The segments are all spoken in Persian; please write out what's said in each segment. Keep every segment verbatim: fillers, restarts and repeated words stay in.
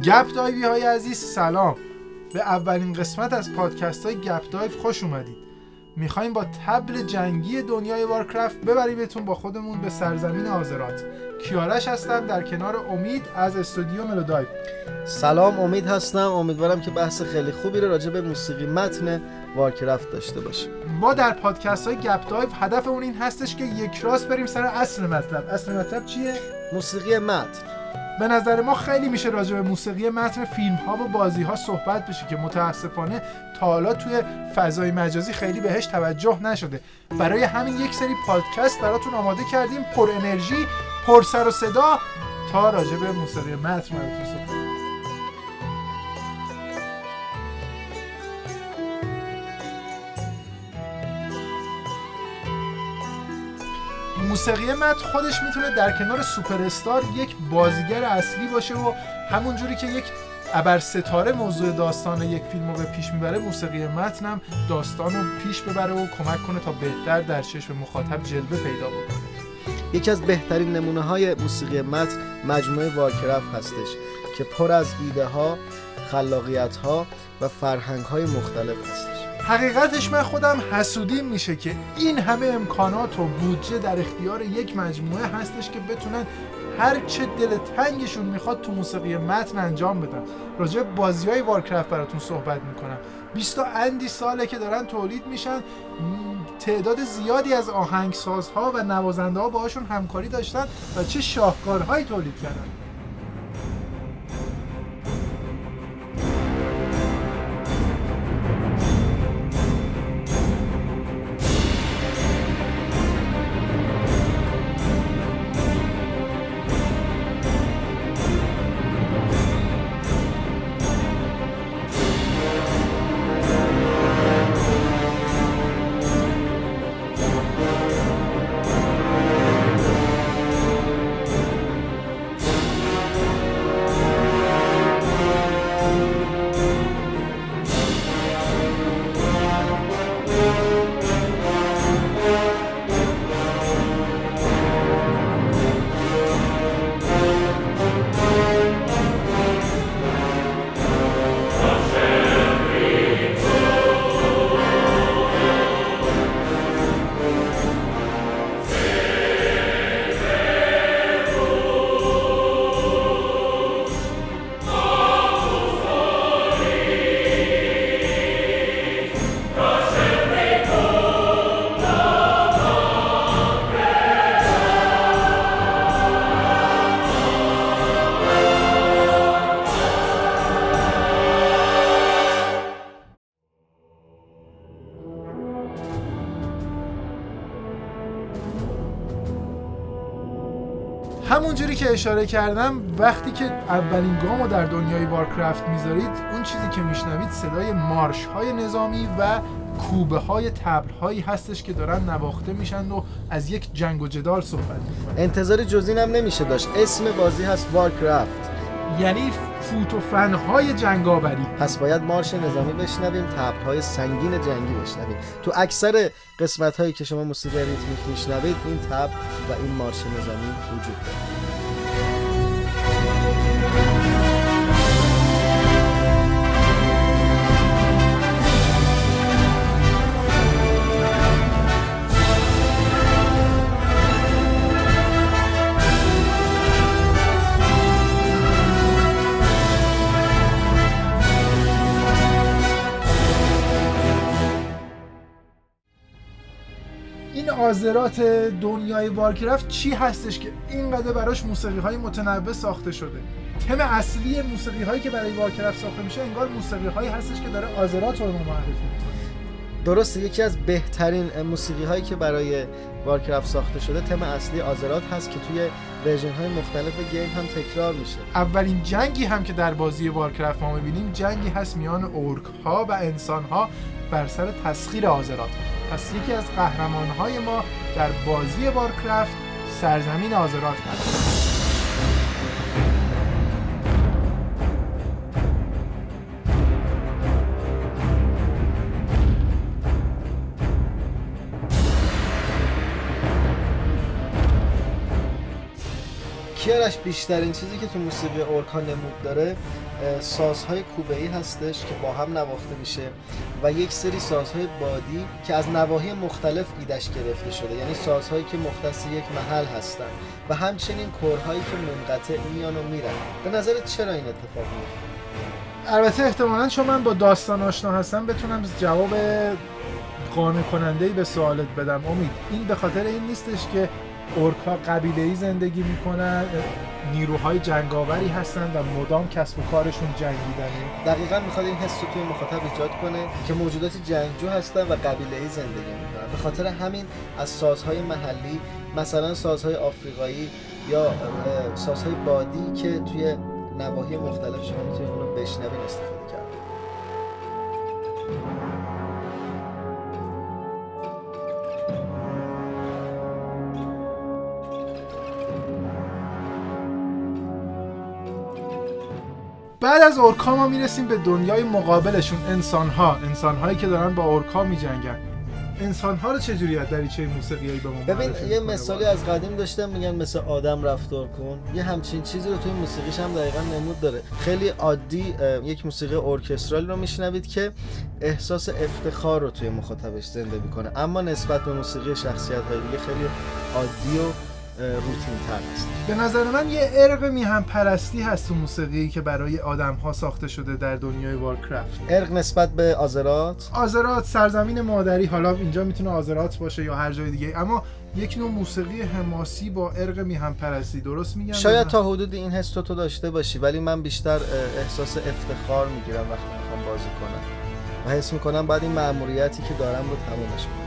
گپ دایوی های عزیز سلام، به اولین قسمت از پادکست های گپ دایو خوش اومدید. میخوایم با طبل جنگی دنیای وارکرافت ببریمتون با خودمون به سرزمین آزرات. کیارش هستم در کنار امید از استودیو ملودایو. سلام، امید هستم. امیدوارم که بحث خیلی خوبی رو راجع به موسیقی متن وارکرافت داشته باشیم. ما در پادکست های گپ دایو هدف اون این هستش که یک راست بریم سر اصل مطلب. اصل مطلب چیه؟ موسیقی متن. به نظر ما خیلی میشه راجع به موسیقی متن فیلم ها و بازی ها صحبت بشه که متاسفانه تا حالا توی فضای مجازی خیلی بهش توجه نشده. برای همین یک سری پادکست براتون آماده کردیم، پر انرژی، پر سر و صدا، تا راجع به موسیقی متن براتون صحبت. موسیقی متن خودش میتونه در کنار سوپر استار یک بازیگر اصلی باشه و همون جوری که یک ابر ستاره موضوع داستان یک فیلم رو به پیش میبره، موسیقی متن هم داستان رو پیش ببره و کمک کنه تا بهتر در چشم مخاطب جلوه پیدا بکنه. یکی از بهترین نمونه های موسیقی متن مجموعه وارکرافت هستش که پر از ایده ها، خلاقیت ها و فرهنگ های مختلف هستش. حقیقتش من خودم حسودیم میشه که این همه امکانات و بودجه در اختیار یک مجموعه هستش که بتونن هر چه دل تنگشون میخواد تو موسیقی متن انجام بدن. راجع به بازی‌های وارکرافت براتون صحبت میکنم. بیست و اندی ساله که دارن تولید میشن، تعداد زیادی از آهنگسازها و نوازنده‌ها باهاشون همکاری داشتن و چه شاهکارهایی تولید کردن. همونجوری که اشاره کردم، وقتی که اولین گامو در دنیای وارکرافت میذارید، اون چیزی که میشنوید صدای مارش های نظامی و کوبه های طبل هایی هستش که دارن نواخته میشن و از یک جنگ و جدال صحبت میکنن. انتظار جزئی هم نمیشه داشت. اسم بازی هست وارکرافت، یعنی فوت و فن های جنگاوری. پس باید مارش نظامی بشنویم، طبل های سنگین جنگی بشنویم. تو اکثر قسمت هایی که شما موسیقی ریتمیک میشنوید این طبل و این مارش نظامی وجود داره. آزرات دنیای وارکرافت چی هستش که اینقدر براش موسیقی های متنوع ساخته شده؟ تم اصلی موسیقی هایی که برای وارکرافت ساخته میشه انگار موسیقی هایی هستش که داره آزرات رو معرفی میکنه. درسته، یکی از بهترین موسیقی هایی که برای وارکرافت ساخته شده تم اصلی آزرات هست که توی ورژن های مختلف گیم هم تکرار میشه. اولین جنگی هم که در بازی وارکرافت ما میبینیم جنگی هست میان اورک ها و انسان ها بر سر تسخیر آزرات. پس یکی از قهرمان های ما در بازی وارکرافت سرزمین آزرات هست. یکی کیارش بیشترین چیزی که تو موسیقی اورکا نمود داره سازهای کوبه‌ای هستش که با هم نواخته میشه و یک سری سازهای بادی که از نواحی مختلف ایدش گرفته شده، یعنی سازهایی که مختص یک محل هستن و همچنین کورهایی که منقطع میان و میرن. به نظرت چرا این اتفاق میفته؟ البته احتمالاً چون من با داستان آشنا هستم بتونم جواب قانع کننده‌ای به سوالت بدم. امید، این به خاطر این نیستش که اورکا قبیله‌ای زندگی میکنن، نیروهای جنگاوری هستن و مدام کسب و کارشون جنگیدنه. دقیقاً میخواد این حس رو توی مخاطب ایجاد کنه که موجودات جنگجو هستن و قبیله‌ای زندگی میکنن. به خاطر همین از سازهای محلی، مثلا سازهای آفریقایی یا سازهای بادی که توی نواحی مختلف شما میتونید اون رو بشنوید استفاده کرد. بعد از اورکا ما میرسیم به دنیای مقابلشون، انسان‌ها، انسان‌هایی که دارن با اورکا میجنگن. انسان‌ها رو چجوری از دریچه موسیقیایی به ما ببین یه مثالی از قدیم داشتم میگن مثل آدم رفتار کن، یه همچین چیزی رو توی موسیقیش هم دقیقاً نمود داره. خیلی عادی یک موسیقی ارکسترالی رو میشنوید که احساس افتخار رو توی مخاطبش زنده میکنه، اما نسبت به موسیقی شخصیت‌های دیگه خیلی عادی و روتین تر است. به نظر من یه ارق میهم پرستی هست تو موسیقی که برای آدم ها ساخته شده در دنیای وارکرافت. ارق نسبت به آزرات، آزرات سرزمین مادری، حالا اینجا میتونه آزرات باشه یا هر جای دیگه، اما یک نوع موسیقی حماسی با ارق میهم پرستی. درست میگم؟ شاید تا حدودی این حس تو داشته باشی، ولی من بیشتر احساس افتخار میگیرم وقتی میخوام بازی کنم و حس میکنم بعد این مأموریتی که دارم رو تمومش کنم.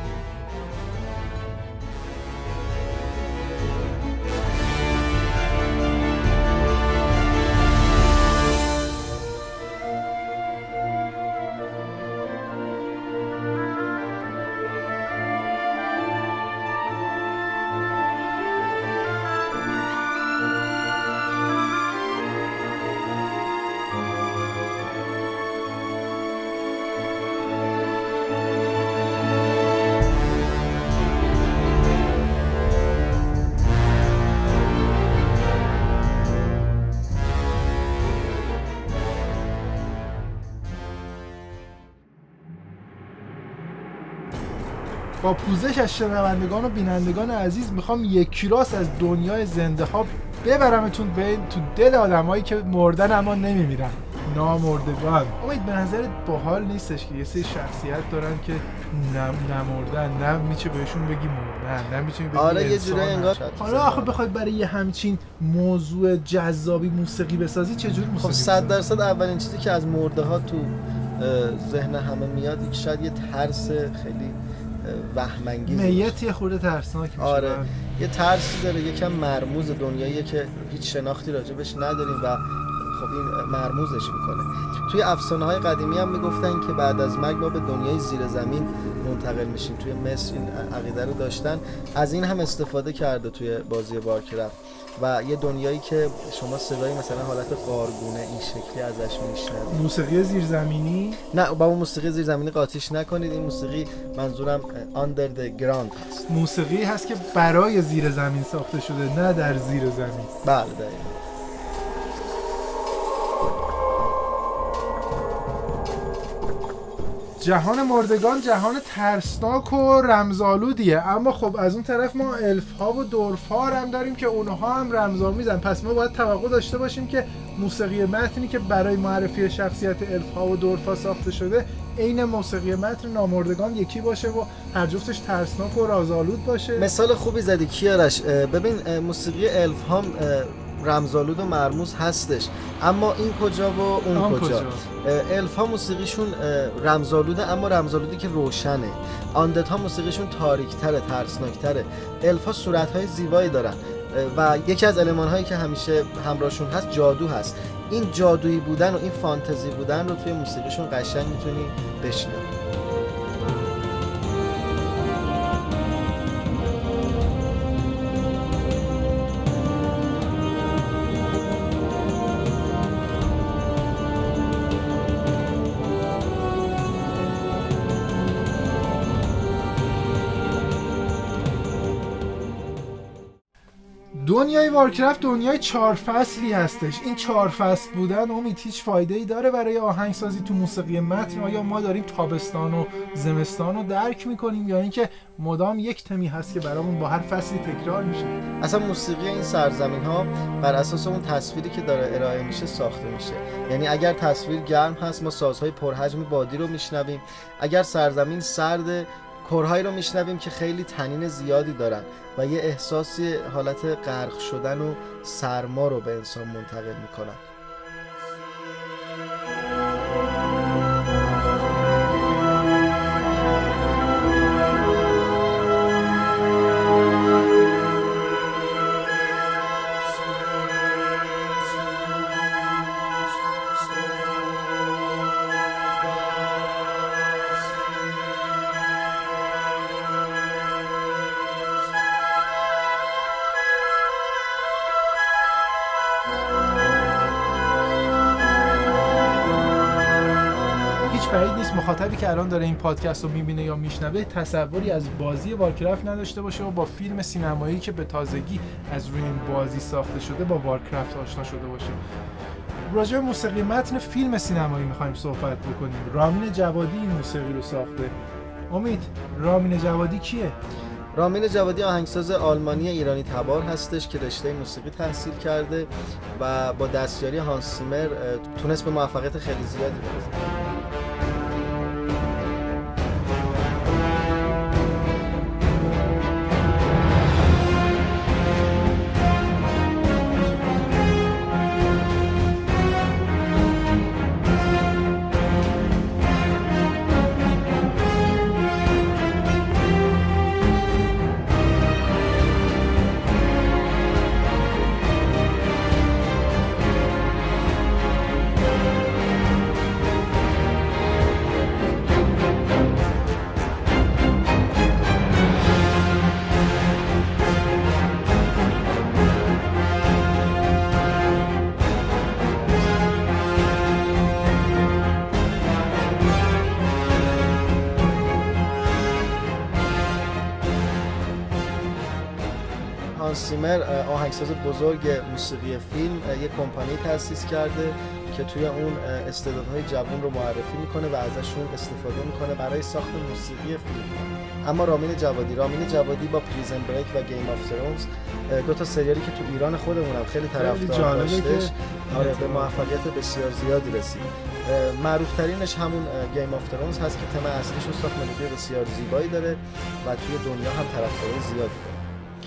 با پوزش از شنوندگان و بینندگان عزیز میخوام یک راست از دنیای زنده ها ببرمتون به تو دل آدمایی که مردن اما نمیمیرن، نامردگان. امید، به نظرت باحال نیستش که یه سری شخصیت دارن که نم نمردن، نه میشه بهشون بگی مردن، نه میشه بگی آره یه جوری انگار. حالا آخه بخواد برای یه همچین موضوع جذابی موسیقی بسازی چجوری موسیقی؟ خب صد درصد اولین چیزی که از مرده ها تو ذهن همه میاد یک شاید یه ترس خیلی وهم انگیز، میت یه خورده ترسناک میشه. آره یه ترسی داره، یکم مرموز، دنیاییه که هیچ شناختی راجبش نداریم و خب این مرموزش میکنه. توی افسانه های قدیمی هم میگفتن که بعد از مرگ ما به دنیای زیر زمین منتقل میشیم. توی مصر این عقیده رو داشتن، از این هم استفاده کرده توی بازی وارکرافت و یه دنیایی که شما صدای مثلا حالت قارگونه این شکلی ازش میشنوید. موسیقی زیرزمینی؟ نه با اون موسیقی زیرزمینی قاطیش نکنید. این موسیقی منظورم under the ground هست. موسیقی هست که برای زیر زمین ساخته شده، نه در زیر زمین. بله دقیقاً. جهان مردگان جهان ترسناک و رمزآلودیه، اما خب از اون طرف ما الف ها و دورف ها هم داریم که اونها هم رمزآمیزن. پس ما باید توقع داشته باشیم که موسیقی متنی که برای معرفی شخصیت الف ها و دورف ها ساخته شده عین موسیقی متن نامردگان یکی باشه و هر جفتش ترسناک و رازآلود باشه. مثال خوبی زدی کیارش. ببین موسیقی الف ها رمزآلود و مرموز هستش، اما این کجا و اون, اون کجا, کجا؟ الف ها موسیقیشون رمزآلوده، اما رمزآلودی که روشنه. آندت ها موسیقیشون تاریک تره، ترسناک تره. الف ها صورت های زیبایی دارن و یکی از المان هایی که همیشه همراهشون هست جادو هست. این جادویی بودن و این فانتزی بودن رو توی موسیقیشون قشنگ میتونی بشنوی. دو دنیای وارکرافت دنیای چهار فصلی هستش. این چهار فصل بودن امید هیچ فایده ای داره برای آهنگسازی تو موسیقی متن؟ آیا ما داریم تابستان و زمستان رو درک میکنیم یا اینکه مدام یک تمی هست که برامون با هر فصلی تکرار میشه؟ اصلا موسیقی این سرزمین ها بر اساس اون تصویری که داره ارائه میشه ساخته میشه. یعنی اگر تصویر گرم هست ما سازهای پرحجم بادی رو میشنویم، اگر سرزمین سرد کورهایی رو میشنویم که خیلی طنین زیادی دارن و یه احساسی حالت غرق شدن و سرما رو به انسان منتقل میکنن. بعید نیست مخاطبی که الان داره این پادکست رو میبینه یا میشنوه تصوری از بازی وارکرافت نداشته باشه و با فیلم سینمایی که به تازگی از روی این بازی ساخته شده با وارکرافت آشنا شده باشه. راجع به موسیقی متن فیلم سینمایی میخوایم صحبت بکنیم. رامین جوادی این موسیقی رو ساخته. امید، رامین جوادی کیه؟ رامین جوادی آهنگساز آلمانی ایرانی تبار هستش که رشته موسیقی تحصیل کرده و با دستیاری هانس سیمر تونست به موفقیت خیلی زیادی برسه. سیمر آهنگساز بزرگ موسیقی فیلم یک کمپانی تأسیس کرده که توی اون استعدادهای جوان رو معرفی میکنه و ازشون استفاده میکنه برای ساخت موسیقی فیلم. اما رامین جوادی رامین جوادی با پریزن بریک و گیم آف ترونز دو تا سریالی که تو ایران خودمون هم خیلی طرفدار داشتش، آره به موفقیت بسیار زیادی رسید. معروف ترینش همون گیم آف ترونز هست که تم اصلیش رو ساخت، ملودی بسیار زیبایی داره و توی دنیا هم طرفدارای زیادی داره.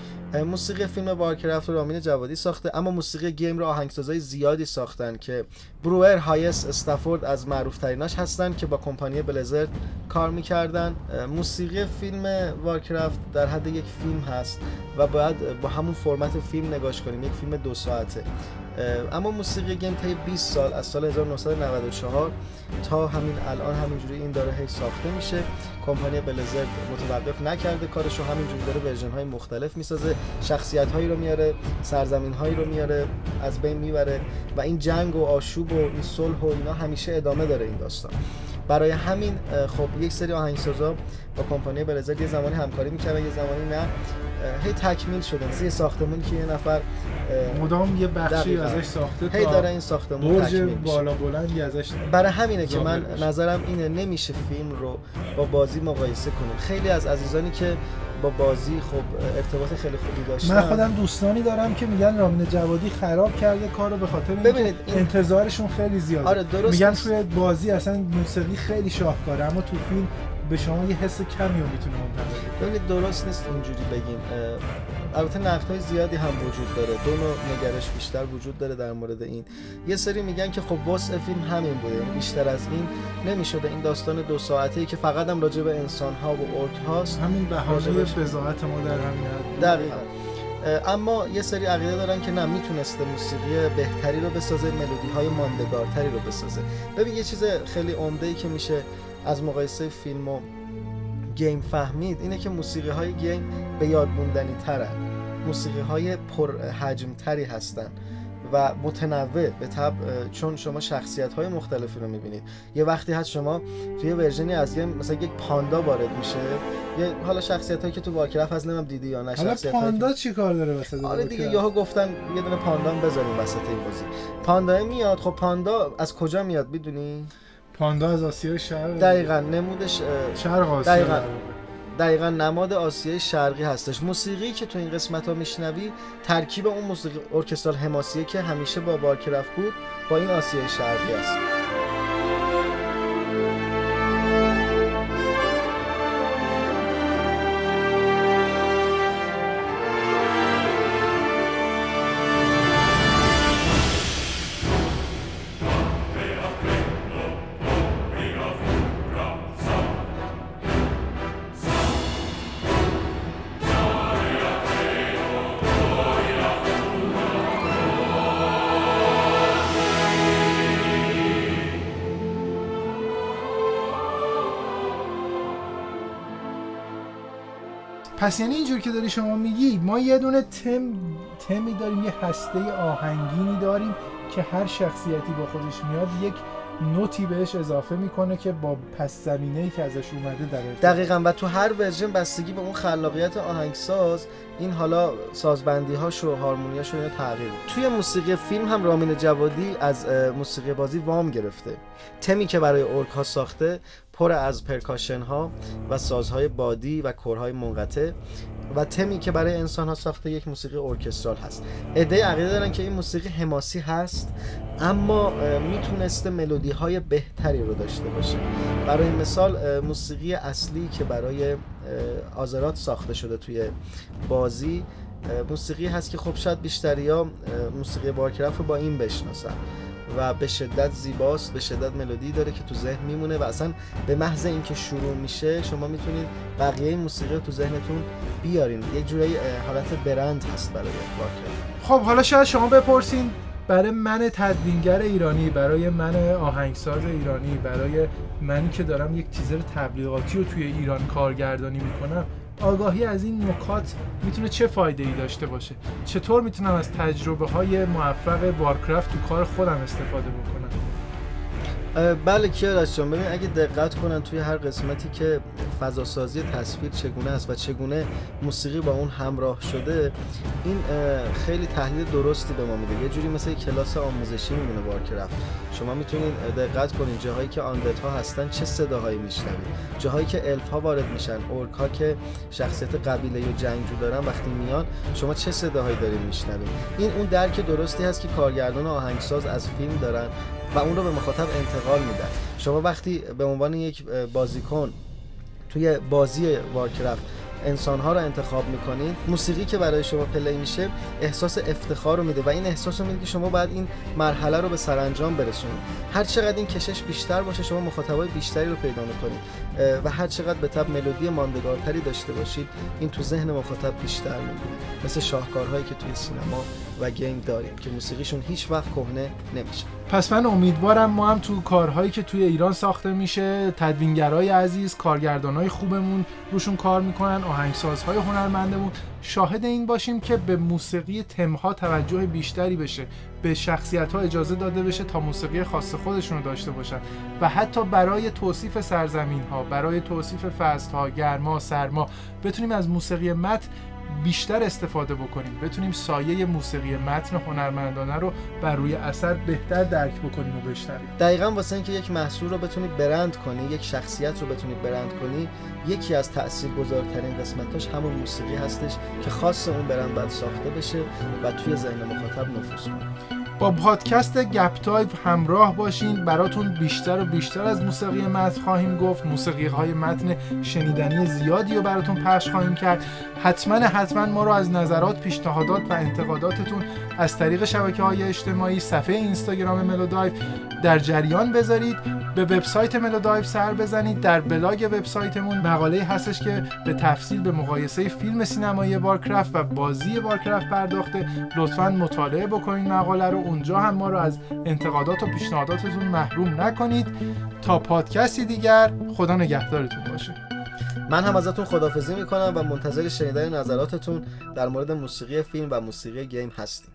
موسیقی فیلم وارکرافت رو رامین جوادی ساخته، اما موسیقی گیم رو آهنگسازای زیادی ساختن که بروئر، هایس، استفورد از معروف تریناش هستن که با کمپانی بلزرد کار میکردن. موسیقی فیلم وارکرافت در حد یک فیلم هست و باید با همون فرمت فیلم نگاش کنیم، یک فیلم دو ساعته. اما موسیقی گیم طی بیست سال از سال هزار و نهصد و نود و چهار تا همین الان همینجوری این داره هی ساخته میشه. کمپانی بلزرد متوقف نکرده کارشو، همینجوری داره ورژن های مختلف میسازه، شخصیت هایی رو میاره، سرزمین هایی رو میاره، از بین میبره و این جنگ و آشوب و این صلح و اینا همیشه ادامه داره این داستان. برای همین خب یک سری آهنگسازا با کمپانی بلزرد یه زمانی همکاری میکردن، یه زمانی نه، هی تکمیل شدن. یه ساختمانی که یه نفر مدام یه بخشی ازش ساخته هی داره این ساختمون تکمیل میشه، بالا بلندی ازش. برای همینه که من نظرم اینه نمیشه فیلم رو با بازی مقایسه کنیم. خیلی از عزیزانی که با بازی خب ارتباط خیلی خوبی داشتن، من خودم دوستانی دارم که میگن رامین جوادی خراب کرده کارو به خاطر اینکه این... انتظارشون خیلی زیاده. آره درست میگن توی بازی اصلا موسیقی خیلی شاهکاره اما تو فیلم به شما یه حس کمی رو میتونه منتقل کنه. ببینید درست نیست اینجوری بگیم. البته نقدهای زیادی هم وجود داره، دو نوع نگرش بیشتر وجود داره در مورد این. یه سری میگن که خب واسه فیلم همین بوده، یعنی بیشتر از این نمیشده. این داستان دو ساعته‌ای که فقط هم راجع به انسان‌ها و اورک هاست، همین بهانه بضاعت ما در همین حد. دقیقاً. اما یه سری عقیده دارن که نه، میتونسته موسیقی بهتری رو بسازه، ملودی‌های ماندگارتری رو بسازه. ببین یه چیز خیلی عمده‌ای که میشه از مقایسه فیلم و گیم فهمید اینه که موسیقی های گیم به یاد موندنی ترن، موسیقی های پر حجم تری هستن و متنوع به طب، چون شما شخصیت‌های مختلفی رو می‌بینید. یه وقتی هست شما توی ورژنی از یه مثلا یک پاندا وارد میشه، یه حالا شخصیتایی که تو وارکرافت از نمیدونم دیدی یا نه، شخصیتایی پاندا که... چی کار داره وسط؟ آره دیگه یهو گفتن یه دونه پاندا هم بذاریم وسط این بازی. پاندا میاد. خب پاندا از کجا میاد میدونی؟ پاندا از آسیای شرق. دقیقاً نمودش شرق آسیا. دقیقاً دقیقاً نماد آسیای شرقی هستش. موسیقی که تو این قسمت‌ها میشنوی ترکیب اون موسیقی ارکسترال حماسیه که همیشه با وارکرافت بود با این آسیای شرقی است. پس یعنی اینجور که داری شما میگی ما یه دونه تم تمی داریم، یه هسته آهنگینی داریم که هر شخصیتی با خودش میاد یک نوتی بهش اضافه میکنه که با پس زمینه‌ای که ازش اومده در ارتباط. دقیقاً. و تو هر ورژن بستگی به اون خلاقیت آهنگساز این حالا سازبندی‌هاش و هارمونی‌هاش رو تغییر میده. توی موسیقی فیلم هم رامین جوادی از موسیقی بازی وام گرفته. تمی که برای اورک ها ساخته پر از پرکاشن ها و سازهای بادی و کورهای منقطع و تمی که برای انسان ها ساخته یک موسیقی ارکسترال هست. عده‌ای عقیده دارن که این موسیقی حماسی هست اما میتونسته ملودی های بهتری رو داشته باشه. برای مثال موسیقی اصلی که برای آزرات ساخته شده توی بازی موسیقی هست که خب شاید بیشتریا موسیقی وارکرافت رو با این بشناسن و به شدت زیباست، به شدت ملودی داره که تو ذهن میمونه و اصلا به محض اینکه شروع میشه شما میتونید بقیه این موسیقی رو تو ذهنتون بیارین. یک جورایی حالت برند هست برای وارکرافت. خب حالا شاید شما بپرسین برای من تدوینگر ایرانی، برای من آهنگساز ایرانی، برای منی که دارم یک تیزر تبلیغاتی رو توی ایران کارگردانی میکنم، آگاهی از این نکات میتونه چه فایده ای داشته باشه؟ چطور میتونم از تجربه های موفق وارکرافت تو کار خودم استفاده بکنم؟ بله کیارش جان، ببین اگه دقت کنن توی هر قسمتی که فضاسازی تصویر چگونه است و چگونه موسیقی با اون همراه شده، این خیلی تحلیل درستی به ما میده. یه جوری مثل یک کلاس آموزشی میمونه وارکرافت. شما میتونین دقت کنین جاهایی که آندت ها هستن چه صداهایی میشنوید، جاهایی که الف ها وارد میشن، اورک ها که شخصیت قبیله و جنگجو دارن وقتی میان شما چه صداهایی دارین میشنوید. این اون درک درستی هست که کارگردان و آهنگساز از فیلم دارن و اون رو به مخاطب انتقال میدن. شما وقتی به عنوان یک بازیکن توی بازی وارکرافت انسان‌ها رو انتخاب می‌کنید، موسیقی که برای شما پلی میشه احساس افتخار رو میده و این احساس رو میده که شما باید این مرحله رو به سرانجام برسونید. هر چقدر این کشش بیشتر باشه شما مخاطبای بیشتری رو پیدا می‌کنید و هر چقدر به تبع ملودی ماندگارتری داشته باشید این تو ذهن مخاطب بیشتر می‌مونه. مثل شاهکارهایی که توی سینما و گیم داریم که موسیقیشون هیچ وقت کهنه نمیشه. پس من امیدوارم ما هم تو کارهایی که توی ایران ساخته میشه تدوینگرای عزیز، کارگردانای خوبمون روشون کار میکنن، آهنگسازهای هنرمندمون، شاهد این باشیم که به موسیقی تمها توجه بیشتری بشه، به شخصیت‌ها اجازه داده بشه تا موسیقی خاص خودشون رو داشته باشن و حتی برای توصیف سرزمین‌ها، برای توصیف فصل‌ها، گرما، سرما بتونیم از موسیقی متن بیشتر استفاده بکنیم، بتونیم سایه موسیقی متن هنرمندانه رو بر روی اثر بهتر درک بکنیم و بشنویم. دقیقاً واسه اینکه یک محصول رو بتونید برند کنی، یک شخصیت رو بتونید برند کنی، یکی از تاثیرگذارترین قسمتاش همون موسیقی هستش که خاص اون برند باید ساخته بشه و توی ذهن مخاطب نفوذ کنه. با پادکست گپ تایپ همراه باشین، براتون بیشتر و بیشتر از موسیقی متن خواهیم گفت، موسیقی های متن شنیدنی زیادی رو براتون پخش خواهیم کرد. حتما حتما ما رو از نظرات، پیشنهادات و انتقاداتتون از طریق شبکه‌های اجتماعی، صفحه اینستاگرام ملودایو در جریان بذارید. به وبسایت ملودایو سر بزنید. در بلاگ وبسایتمون مقاله‌ای هستش که به تفصیل به مقایسه فیلم سینمایی وارکرافت و بازی وارکرافت پرداخته. لطفاً مطالعه بکنید مقاله رو. اونجا هم ما رو از انتقادات و پیشنهاداتتون محروم نکنید. تا پادکستی دیگر، خدا نگهدارتون باشه. من هم ازتون خداحافظی میکنم و منتظر شنیدن نظراتتون در مورد موسیقی فیلم و موسیقی گیم هستیم.